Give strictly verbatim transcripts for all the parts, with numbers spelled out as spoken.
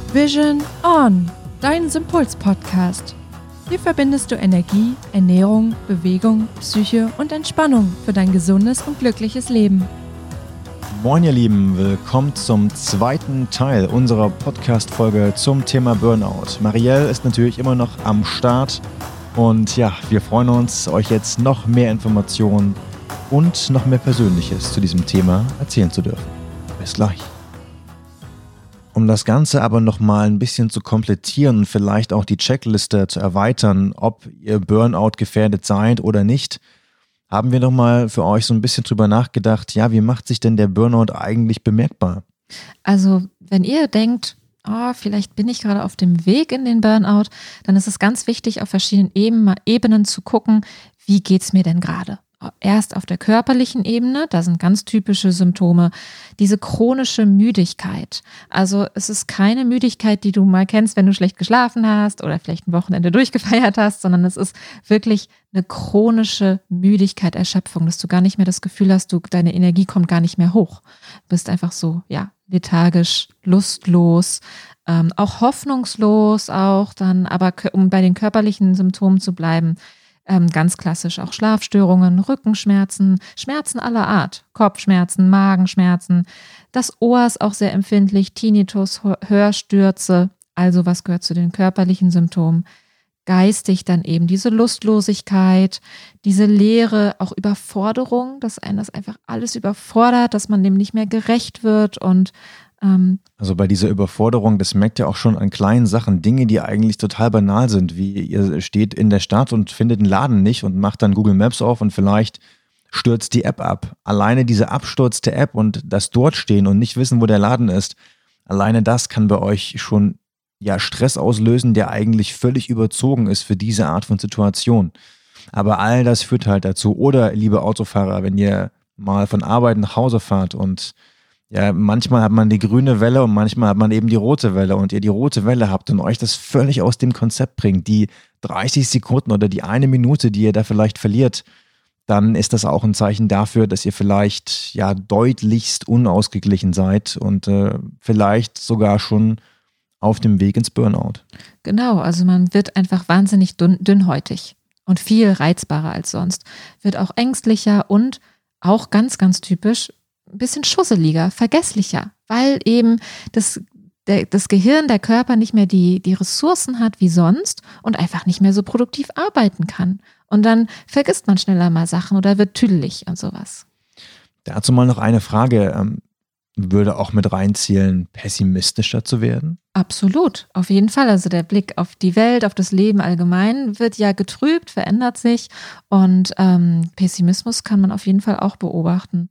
Vision On, dein Sympuls-Podcast. Hier verbindest du Energie, Ernährung, Bewegung, Psyche und Entspannung für dein gesundes und glückliches Leben. Moin ihr Lieben, willkommen zum zweiten Teil unserer Podcast-Folge zum Thema Burnout. Marielle ist natürlich immer noch am Start und ja, wir freuen uns, euch jetzt noch mehr Informationen und noch mehr Persönliches zu diesem Thema erzählen zu dürfen. Bis gleich. Um das Ganze aber nochmal ein bisschen zu komplettieren und vielleicht auch die Checkliste zu erweitern, ob ihr Burnout gefährdet seid oder nicht, haben wir nochmal für euch so ein bisschen drüber nachgedacht, ja, wie macht sich denn der Burnout eigentlich bemerkbar? Also wenn ihr denkt, oh, vielleicht bin ich gerade auf dem Weg in den Burnout, dann ist es ganz wichtig, auf verschiedenen Ebenen zu gucken, wie geht es mir denn gerade? Erst auf der körperlichen Ebene, da sind ganz typische Symptome, diese chronische Müdigkeit. Also es ist keine Müdigkeit, die du mal kennst, wenn du schlecht geschlafen hast oder vielleicht ein Wochenende durchgefeiert hast, sondern es ist wirklich eine chronische Müdigkeit, Erschöpfung, dass du gar nicht mehr das Gefühl hast, du, deine Energie kommt gar nicht mehr hoch. Du bist einfach so, ja, lethargisch, lustlos, ähm, auch hoffnungslos auch dann, aber um bei den körperlichen Symptomen zu bleiben, Ähm, ganz klassisch auch Schlafstörungen, Rückenschmerzen, Schmerzen aller Art, Kopfschmerzen, Magenschmerzen. Das Ohr ist auch sehr empfindlich, Tinnitus, Hörstürze, also was gehört zu den körperlichen Symptomen. Geistig dann eben diese Lustlosigkeit, diese Leere, auch Überforderung, dass einen das einfach alles überfordert, dass man dem nicht mehr gerecht wird und Also bei dieser Überforderung, das merkt ihr auch schon an kleinen Sachen, Dinge, die eigentlich total banal sind, wie ihr steht in der Stadt und findet einen Laden nicht und macht dann Google Maps auf und vielleicht stürzt die App ab. Alleine diese Absturz der App und das dort stehen und nicht wissen, wo der Laden ist, alleine das kann bei euch schon ja Stress auslösen, der eigentlich völlig überzogen ist für diese Art von Situation. Aber all das führt halt dazu. Oder, liebe Autofahrer, wenn ihr mal von Arbeit nach Hause fahrt und ja, manchmal hat man die grüne Welle und manchmal hat man eben die rote Welle und ihr die rote Welle habt und euch das völlig aus dem Konzept bringt, die dreißig Sekunden oder die eine Minute, die ihr da vielleicht verliert, dann ist das auch ein Zeichen dafür, dass ihr vielleicht ja deutlichst unausgeglichen seid und äh, vielleicht sogar schon auf dem Weg ins Burnout. Genau, also man wird einfach wahnsinnig dünn, dünnhäutig und viel reizbarer als sonst, wird auch ängstlicher und auch ganz, ganz typisch, ein bisschen schusseliger, vergesslicher, weil eben das, der, das Gehirn, der Körper nicht mehr die, die Ressourcen hat wie sonst und einfach nicht mehr so produktiv arbeiten kann. Und dann vergisst man schneller mal Sachen oder wird tüdelig und sowas. Dazu mal noch eine Frage. Ähm, würde auch mit reinzielen, pessimistischer zu werden? Absolut, auf jeden Fall. Also der Blick auf die Welt, auf das Leben allgemein wird ja getrübt, verändert sich und ähm, Pessimismus kann man auf jeden Fall auch beobachten.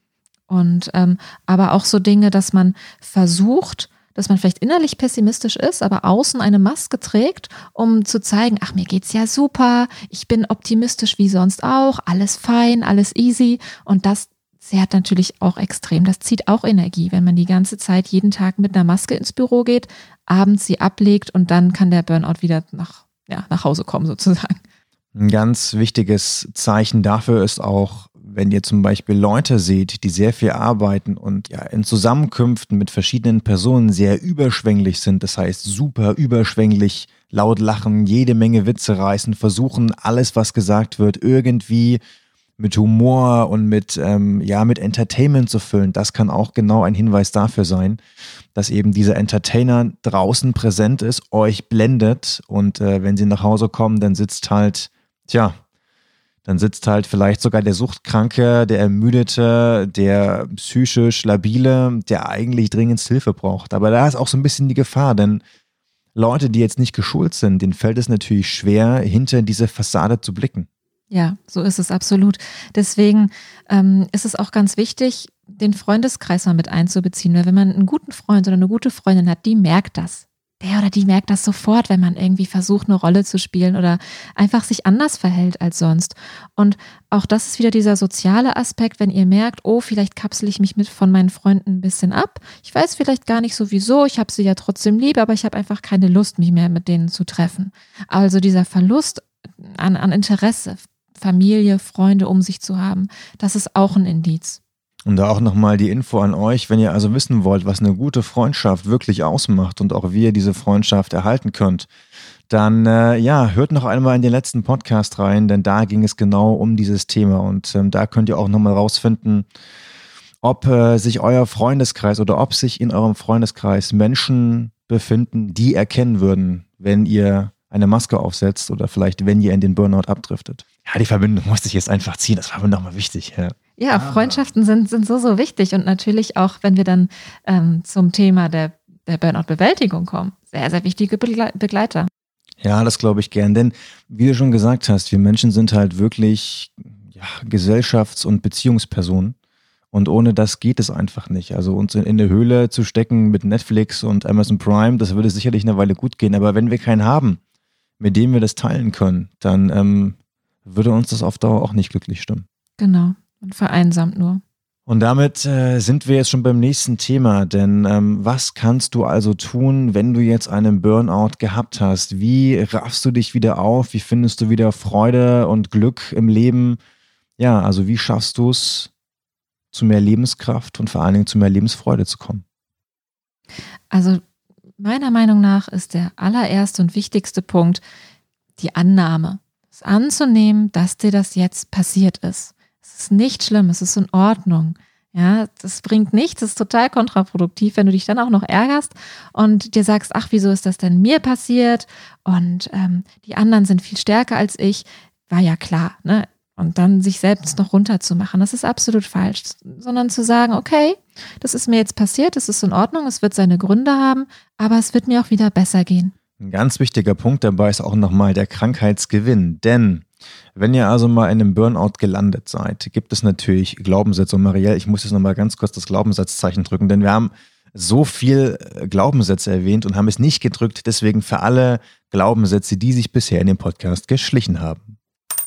Und ähm, aber auch so Dinge, dass man versucht, dass man vielleicht innerlich pessimistisch ist, aber außen eine Maske trägt, um zu zeigen, ach, mir geht's ja super, ich bin optimistisch wie sonst auch, alles fein, alles easy. Und das zehrt natürlich auch extrem. Das zieht auch Energie, wenn man die ganze Zeit jeden Tag mit einer Maske ins Büro geht, abends sie ablegt und dann kann der Burnout wieder nach, ja, nach Hause kommen sozusagen. Ein ganz wichtiges Zeichen dafür ist auch, wenn ihr zum Beispiel Leute seht, die sehr viel arbeiten und ja in Zusammenkünften mit verschiedenen Personen sehr überschwänglich sind, das heißt super überschwänglich, laut lachen, jede Menge Witze reißen, versuchen alles, was gesagt wird, irgendwie mit Humor und mit, ähm, ja, mit Entertainment zu füllen. Das kann auch genau ein Hinweis dafür sein, dass eben dieser Entertainer draußen präsent ist, euch blendet und äh, wenn sie nach Hause kommen, dann sitzt halt, tja, Dann sitzt halt vielleicht sogar der Suchtkranke, der Ermüdete, der psychisch Labile, der eigentlich dringend Hilfe braucht. Aber da ist auch so ein bisschen die Gefahr, denn Leute, die jetzt nicht geschult sind, denen fällt es natürlich schwer, hinter diese Fassade zu blicken. Ja, so ist es absolut. Deswegen ähm, ist es auch ganz wichtig, den Freundeskreis mal mit einzubeziehen. Weil wenn man einen guten Freund oder eine gute Freundin hat, die merkt das. Der oder die merkt das sofort, wenn man irgendwie versucht, eine Rolle zu spielen oder einfach sich anders verhält als sonst. Und auch das ist wieder dieser soziale Aspekt, wenn ihr merkt, oh, vielleicht kapsel ich mich mit von meinen Freunden ein bisschen ab. Ich weiß vielleicht gar nicht sowieso, ich habe sie ja trotzdem lieb, aber ich habe einfach keine Lust, mich mehr mit denen zu treffen. Also dieser Verlust an, an Interesse, Familie, Freunde um sich zu haben, das ist auch ein Indiz. Und da auch nochmal die Info an euch, wenn ihr also wissen wollt, was eine gute Freundschaft wirklich ausmacht und auch wie ihr diese Freundschaft erhalten könnt, dann äh, ja, hört noch einmal in den letzten Podcast rein, denn da ging es genau um dieses Thema und ähm, da könnt ihr auch nochmal rausfinden, ob äh, sich euer Freundeskreis oder ob sich in eurem Freundeskreis Menschen befinden, die erkennen würden, wenn ihr eine Maske aufsetzt oder vielleicht, wenn ihr in den Burnout abdriftet. Ja, die Verbindung musste ich jetzt einfach ziehen, das war mir nochmal wichtig. Ja, ja ah. Freundschaften sind, sind so, so wichtig und natürlich auch, wenn wir dann ähm, zum Thema der, der Burnout-Bewältigung kommen, sehr, sehr wichtige Begle- Begleiter. Ja, das glaube ich gern, denn wie du schon gesagt hast, wir Menschen sind halt wirklich ja, Gesellschafts- und Beziehungspersonen und ohne das geht es einfach nicht. Also uns in, in eine Höhle zu stecken mit Netflix und Amazon Prime, das würde sicherlich eine Weile gut gehen, aber wenn wir keinen haben, mit dem wir das teilen können, dann ähm, würde uns das auf Dauer auch nicht glücklich stimmen. Genau, und vereinsamt nur. Und damit äh, sind wir jetzt schon beim nächsten Thema, denn ähm, was kannst du also tun, wenn du jetzt einen Burnout gehabt hast? Wie raffst du dich wieder auf? Wie findest du wieder Freude und Glück im Leben? Ja, also wie schaffst du es, zu mehr Lebenskraft und vor allen Dingen zu mehr Lebensfreude zu kommen? Also meiner Meinung nach ist der allererste und wichtigste Punkt die Annahme. Es anzunehmen, dass dir das jetzt passiert ist. Es ist nicht schlimm, es ist in Ordnung. Ja, das bringt nichts, es ist total kontraproduktiv, wenn du dich dann auch noch ärgerst und dir sagst, ach, wieso ist das denn mir passiert? Und ähm, die anderen sind viel stärker als ich. War ja klar, ne? Und dann sich selbst noch runterzumachen, das ist absolut falsch. Sondern zu sagen, okay, das ist mir jetzt passiert, es ist in Ordnung, es wird seine Gründe haben, aber es wird mir auch wieder besser gehen. Ein ganz wichtiger Punkt dabei ist auch nochmal der Krankheitsgewinn, denn wenn ihr also mal in einem Burnout gelandet seid, gibt es natürlich Glaubenssätze. Und Marielle, ich muss jetzt nochmal ganz kurz das Glaubenssatzzeichen drücken, denn wir haben so viel Glaubenssätze erwähnt und haben es nicht gedrückt. Deswegen für alle Glaubenssätze, die sich bisher in dem Podcast geschlichen haben.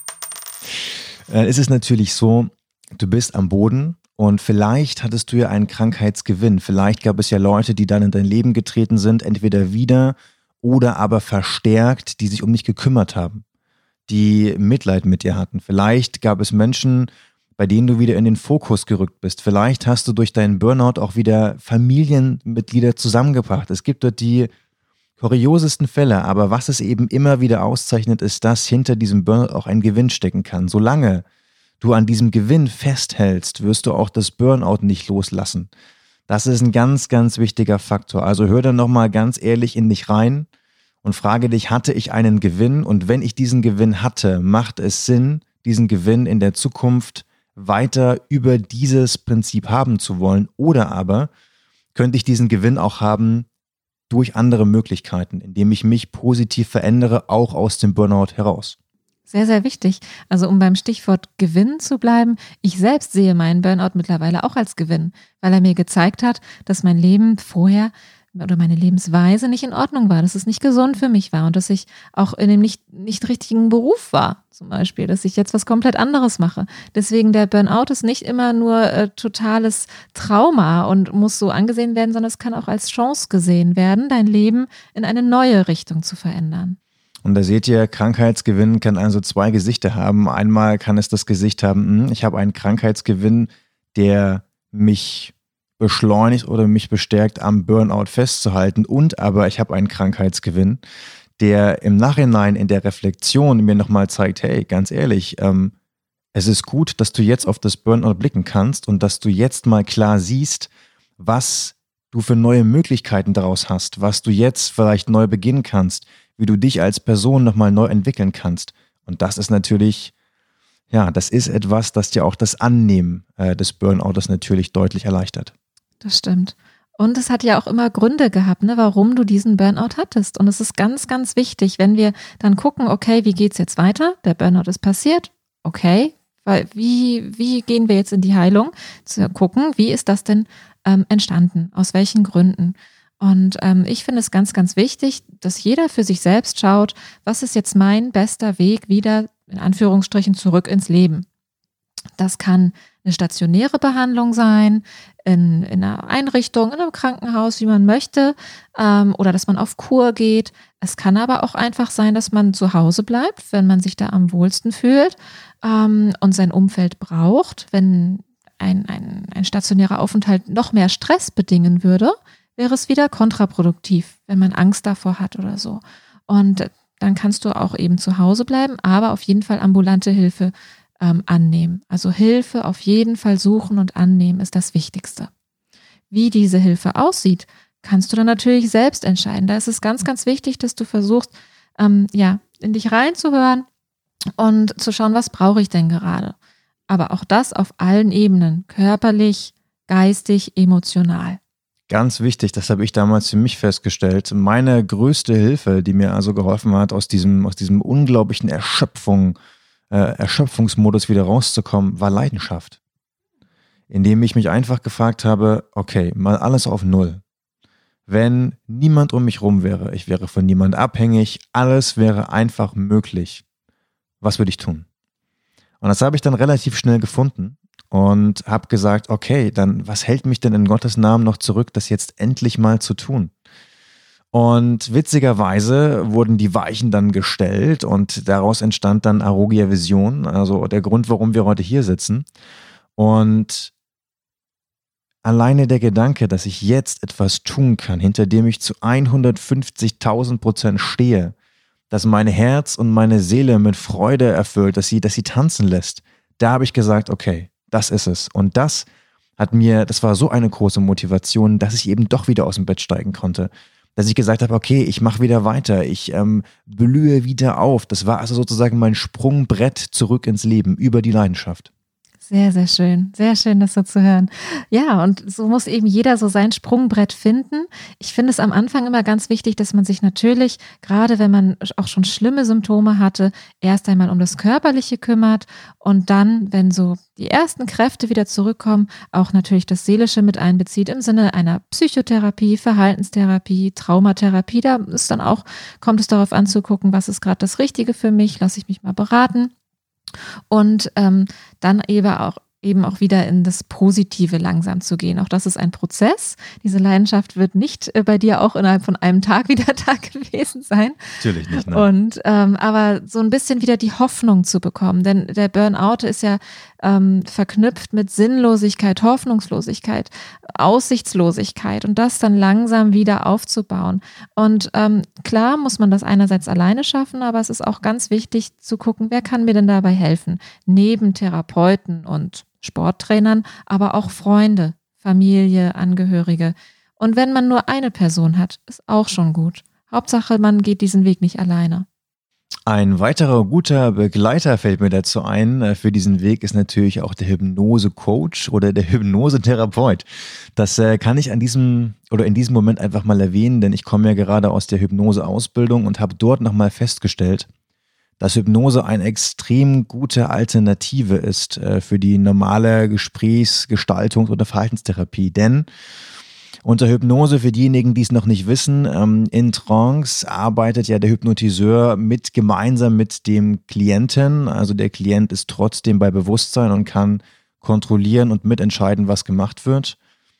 Dann ist es natürlich so, du bist am Boden und vielleicht hattest du ja einen Krankheitsgewinn. Vielleicht gab es ja Leute, die dann in dein Leben getreten sind, entweder wieder oder aber verstärkt, die sich um dich gekümmert haben, die Mitleid mit dir hatten. Vielleicht gab es Menschen, bei denen du wieder in den Fokus gerückt bist. Vielleicht hast du durch deinen Burnout auch wieder Familienmitglieder zusammengebracht. Es gibt dort die kuriosesten Fälle, aber was es eben immer wieder auszeichnet, ist, dass hinter diesem Burnout auch ein Gewinn stecken kann. Solange du an diesem Gewinn festhältst, wirst du auch das Burnout nicht loslassen. Das ist ein ganz, ganz wichtiger Faktor. Also hör dann nochmal ganz ehrlich in dich rein und frage dich, hatte ich einen Gewinn? Und wenn ich diesen Gewinn hatte, macht es Sinn, diesen Gewinn in der Zukunft weiter über dieses Prinzip haben zu wollen? Oder aber könnte ich diesen Gewinn auch haben durch andere Möglichkeiten, indem ich mich positiv verändere, auch aus dem Burnout heraus? Sehr, sehr wichtig. Also um beim Stichwort Gewinn zu bleiben, ich selbst sehe meinen Burnout mittlerweile auch als Gewinn, weil er mir gezeigt hat, dass mein Leben vorher oder meine Lebensweise nicht in Ordnung war, dass es nicht gesund für mich war und dass ich auch in dem nicht, nicht richtigen Beruf war, zum Beispiel, dass ich jetzt was komplett anderes mache. Deswegen der Burnout ist nicht immer nur äh, totales Trauma und muss so angesehen werden, sondern es kann auch als Chance gesehen werden, dein Leben in eine neue Richtung zu verändern. Und da seht ihr, Krankheitsgewinn kann also zwei Gesichter haben. Einmal kann es das Gesicht haben, ich habe einen Krankheitsgewinn, der mich beschleunigt oder mich bestärkt, am Burnout festzuhalten. Und aber ich habe einen Krankheitsgewinn, der im Nachhinein in der Reflexion mir nochmal zeigt, hey, ganz ehrlich, ähm, es ist gut, dass du jetzt auf das Burnout blicken kannst und dass du jetzt mal klar siehst, was du für neue Möglichkeiten daraus hast, was du jetzt vielleicht neu beginnen kannst, wie du dich als Person nochmal neu entwickeln kannst. Und das ist natürlich, ja, das ist etwas, das dir auch das Annehmen äh, des Burnouts natürlich deutlich erleichtert. Das stimmt. Und es hat ja auch immer Gründe gehabt, ne, warum du diesen Burnout hattest. Und es ist ganz, ganz wichtig, wenn wir dann gucken, okay, wie geht's jetzt weiter? Der Burnout ist passiert. Okay, weil wie, wie gehen wir jetzt in die Heilung? Zu gucken, wie ist das denn ähm, entstanden? Aus welchen Gründen? Und ähm, ich finde es ganz, ganz wichtig, dass jeder für sich selbst schaut, was ist jetzt mein bester Weg wieder, in Anführungsstrichen, zurück ins Leben. Das kann eine stationäre Behandlung sein, in, in einer Einrichtung, in einem Krankenhaus, wie man möchte, ähm, oder dass man auf Kur geht. Es kann aber auch einfach sein, dass man zu Hause bleibt, wenn man sich da am wohlsten fühlt ähm, und sein Umfeld braucht, wenn ein, ein, ein stationärer Aufenthalt noch mehr Stress bedingen würde, wäre es wieder kontraproduktiv, wenn man Angst davor hat oder so. Und dann kannst du auch eben zu Hause bleiben, aber auf jeden Fall ambulante Hilfe ähm, annehmen. Also Hilfe auf jeden Fall suchen und annehmen ist das Wichtigste. Wie diese Hilfe aussieht, kannst du dann natürlich selbst entscheiden. Da ist es ganz, ganz wichtig, dass du versuchst, ähm, ja, in dich reinzuhören und zu schauen, was brauche ich denn gerade. Aber auch das auf allen Ebenen, körperlich, geistig, emotional. Ganz wichtig, das habe ich damals für mich festgestellt. Meine größte Hilfe, die mir also geholfen hat, aus diesem, aus diesem unglaublichen Erschöpfung, äh, Erschöpfungsmodus wieder rauszukommen, war Leidenschaft. Indem ich mich einfach gefragt habe, okay, mal alles auf Null. Wenn niemand um mich rum wäre, ich wäre von niemand abhängig, alles wäre einfach möglich. Was würde ich tun? Und das habe ich dann relativ schnell gefunden. Und habe gesagt, okay, dann was hält mich denn in Gottes Namen noch zurück, das jetzt endlich mal zu tun? Und witzigerweise wurden die Weichen dann gestellt und daraus entstand dann Arogia Vision, also der Grund, warum wir heute hier sitzen. Und alleine der Gedanke, dass ich jetzt etwas tun kann, hinter dem ich zu hundertfünfzigtausend Prozent stehe, dass mein Herz und meine Seele mit Freude erfüllt, dass sie, dass sie tanzen lässt, da habe ich gesagt, okay, das ist es. Und das hat mir, das war so eine große Motivation, dass ich eben doch wieder aus dem Bett steigen konnte. Dass ich gesagt habe, okay, ich mache wieder weiter, ich ähm, blühe wieder auf. Das war also sozusagen mein Sprungbrett zurück ins Leben über die Leidenschaft. Sehr, sehr schön. Sehr schön, das so zu hören. Ja, und so muss eben jeder so sein Sprungbrett finden. Ich finde es am Anfang immer ganz wichtig, dass man sich natürlich, gerade wenn man auch schon schlimme Symptome hatte, erst einmal um das Körperliche kümmert und dann, wenn so die ersten Kräfte wieder zurückkommen, auch natürlich das Seelische mit einbezieht im Sinne einer Psychotherapie, Verhaltenstherapie, Traumatherapie. Da ist dann auch, kommt es darauf an zu gucken, was ist gerade das Richtige für mich, lasse ich mich mal beraten. Und ähm, dann eben auch, eben auch wieder in das Positive langsam zu gehen. Auch das ist ein Prozess. Diese Leidenschaft wird nicht äh, bei dir auch innerhalb von einem Tag wieder da gewesen sein. Natürlich nicht, nein. Und ähm, aber so ein bisschen wieder die Hoffnung zu bekommen. Denn der Burnout ist ja ähm, verknüpft mit Sinnlosigkeit, Hoffnungslosigkeit, Aussichtslosigkeit und das dann langsam wieder aufzubauen. Und ähm, klar muss man das einerseits alleine schaffen, aber es ist auch ganz wichtig zu gucken, wer kann mir denn dabei helfen? Neben Therapeuten und Sporttrainern, aber auch Freunde, Familie, Angehörige. Und wenn man nur eine Person hat, ist auch schon gut. Hauptsache, man geht diesen Weg nicht alleine. Ein weiterer guter Begleiter fällt mir dazu ein für diesen Weg ist natürlich auch der Hypnose-Coach oder der Hypnosetherapeut. Das äh, kann ich an diesem oder in diesem Moment einfach mal erwähnen, denn ich komme ja gerade aus der Hypnose-Ausbildung und habe dort nochmal festgestellt, dass Hypnose eine extrem gute Alternative ist äh, für die normale Gesprächs-, Gestaltungs- oder Verhaltenstherapie. Denn unter Hypnose, für diejenigen, die es noch nicht wissen, ähm, in Trance arbeitet ja der Hypnotiseur mit gemeinsam mit dem Klienten. Also der Klient ist trotzdem bei Bewusstsein und kann kontrollieren und mitentscheiden, was gemacht wird.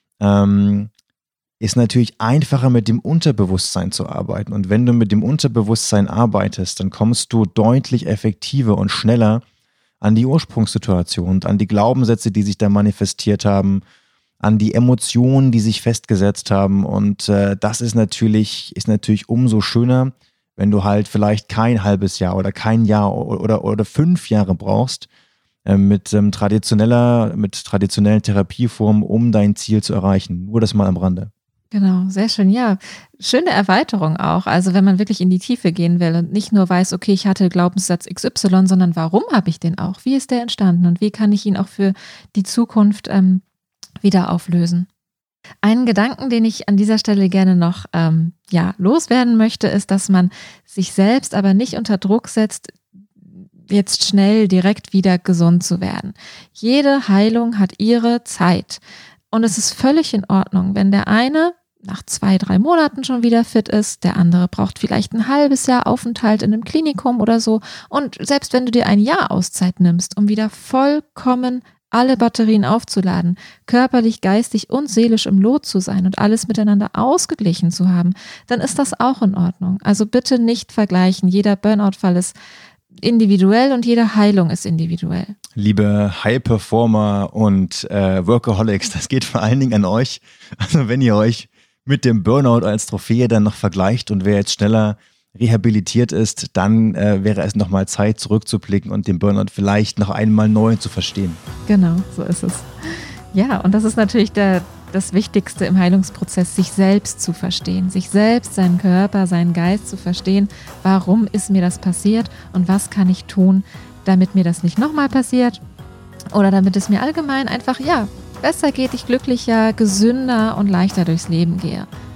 Ähm, ist natürlich einfacher mit dem Unterbewusstsein zu arbeiten. Und wenn du mit dem Unterbewusstsein arbeitest, dann kommst du deutlich effektiver und schneller an die Ursprungssituation und an die Glaubenssätze, die sich da manifestiert haben, an die Emotionen, die sich festgesetzt haben. Und äh, das ist natürlich, ist natürlich umso schöner, wenn du halt vielleicht kein halbes Jahr oder kein Jahr oder, oder, oder fünf Jahre brauchst, äh, mit ähm, traditioneller, mit traditionellen Therapieformen, um dein Ziel zu erreichen. Nur das mal am Rande. Genau, sehr schön. Ja, schöne Erweiterung auch. Also wenn man wirklich in die Tiefe gehen will und nicht nur weiß, okay, ich hatte Glaubenssatz X Y, sondern warum habe ich den auch? Wie ist der entstanden und wie kann ich ihn auch für die Zukunft ähm, wieder auflösen? Einen Gedanken, den ich an dieser Stelle gerne noch ähm, ja, loswerden möchte, ist, dass man sich selbst aber nicht unter Druck setzt, jetzt schnell direkt wieder gesund zu werden. Jede Heilung hat ihre Zeit. Und es ist völlig in Ordnung, wenn der eine nach zwei, drei Monaten schon wieder fit ist, der andere braucht vielleicht ein halbes Jahr Aufenthalt in einem Klinikum oder so. Und selbst wenn du dir ein Jahr Auszeit nimmst, um wieder vollkommen alle Batterien aufzuladen, körperlich, geistig und seelisch im Lot zu sein und alles miteinander ausgeglichen zu haben, dann ist das auch in Ordnung. Also bitte nicht vergleichen. Jeder Burnout-Fall ist individuell und jede Heilung ist individuell. Liebe High-Performer und äh, Workaholics, das geht vor allen Dingen an euch. Also wenn ihr euch mit dem Burnout als Trophäe dann noch vergleicht und wer jetzt schneller rehabilitiert ist, dann äh, wäre es nochmal Zeit zurückzublicken und den Burnout vielleicht noch einmal neu zu verstehen. Genau, so ist es. Ja, und das ist natürlich der, das Wichtigste im Heilungsprozess, sich selbst zu verstehen, sich selbst, seinen Körper, seinen Geist zu verstehen, warum ist mir das passiert und was kann ich tun, damit mir das nicht nochmal passiert oder damit es mir allgemein einfach, ja, besser geht, ich glücklicher, gesünder und leichter durchs Leben gehe.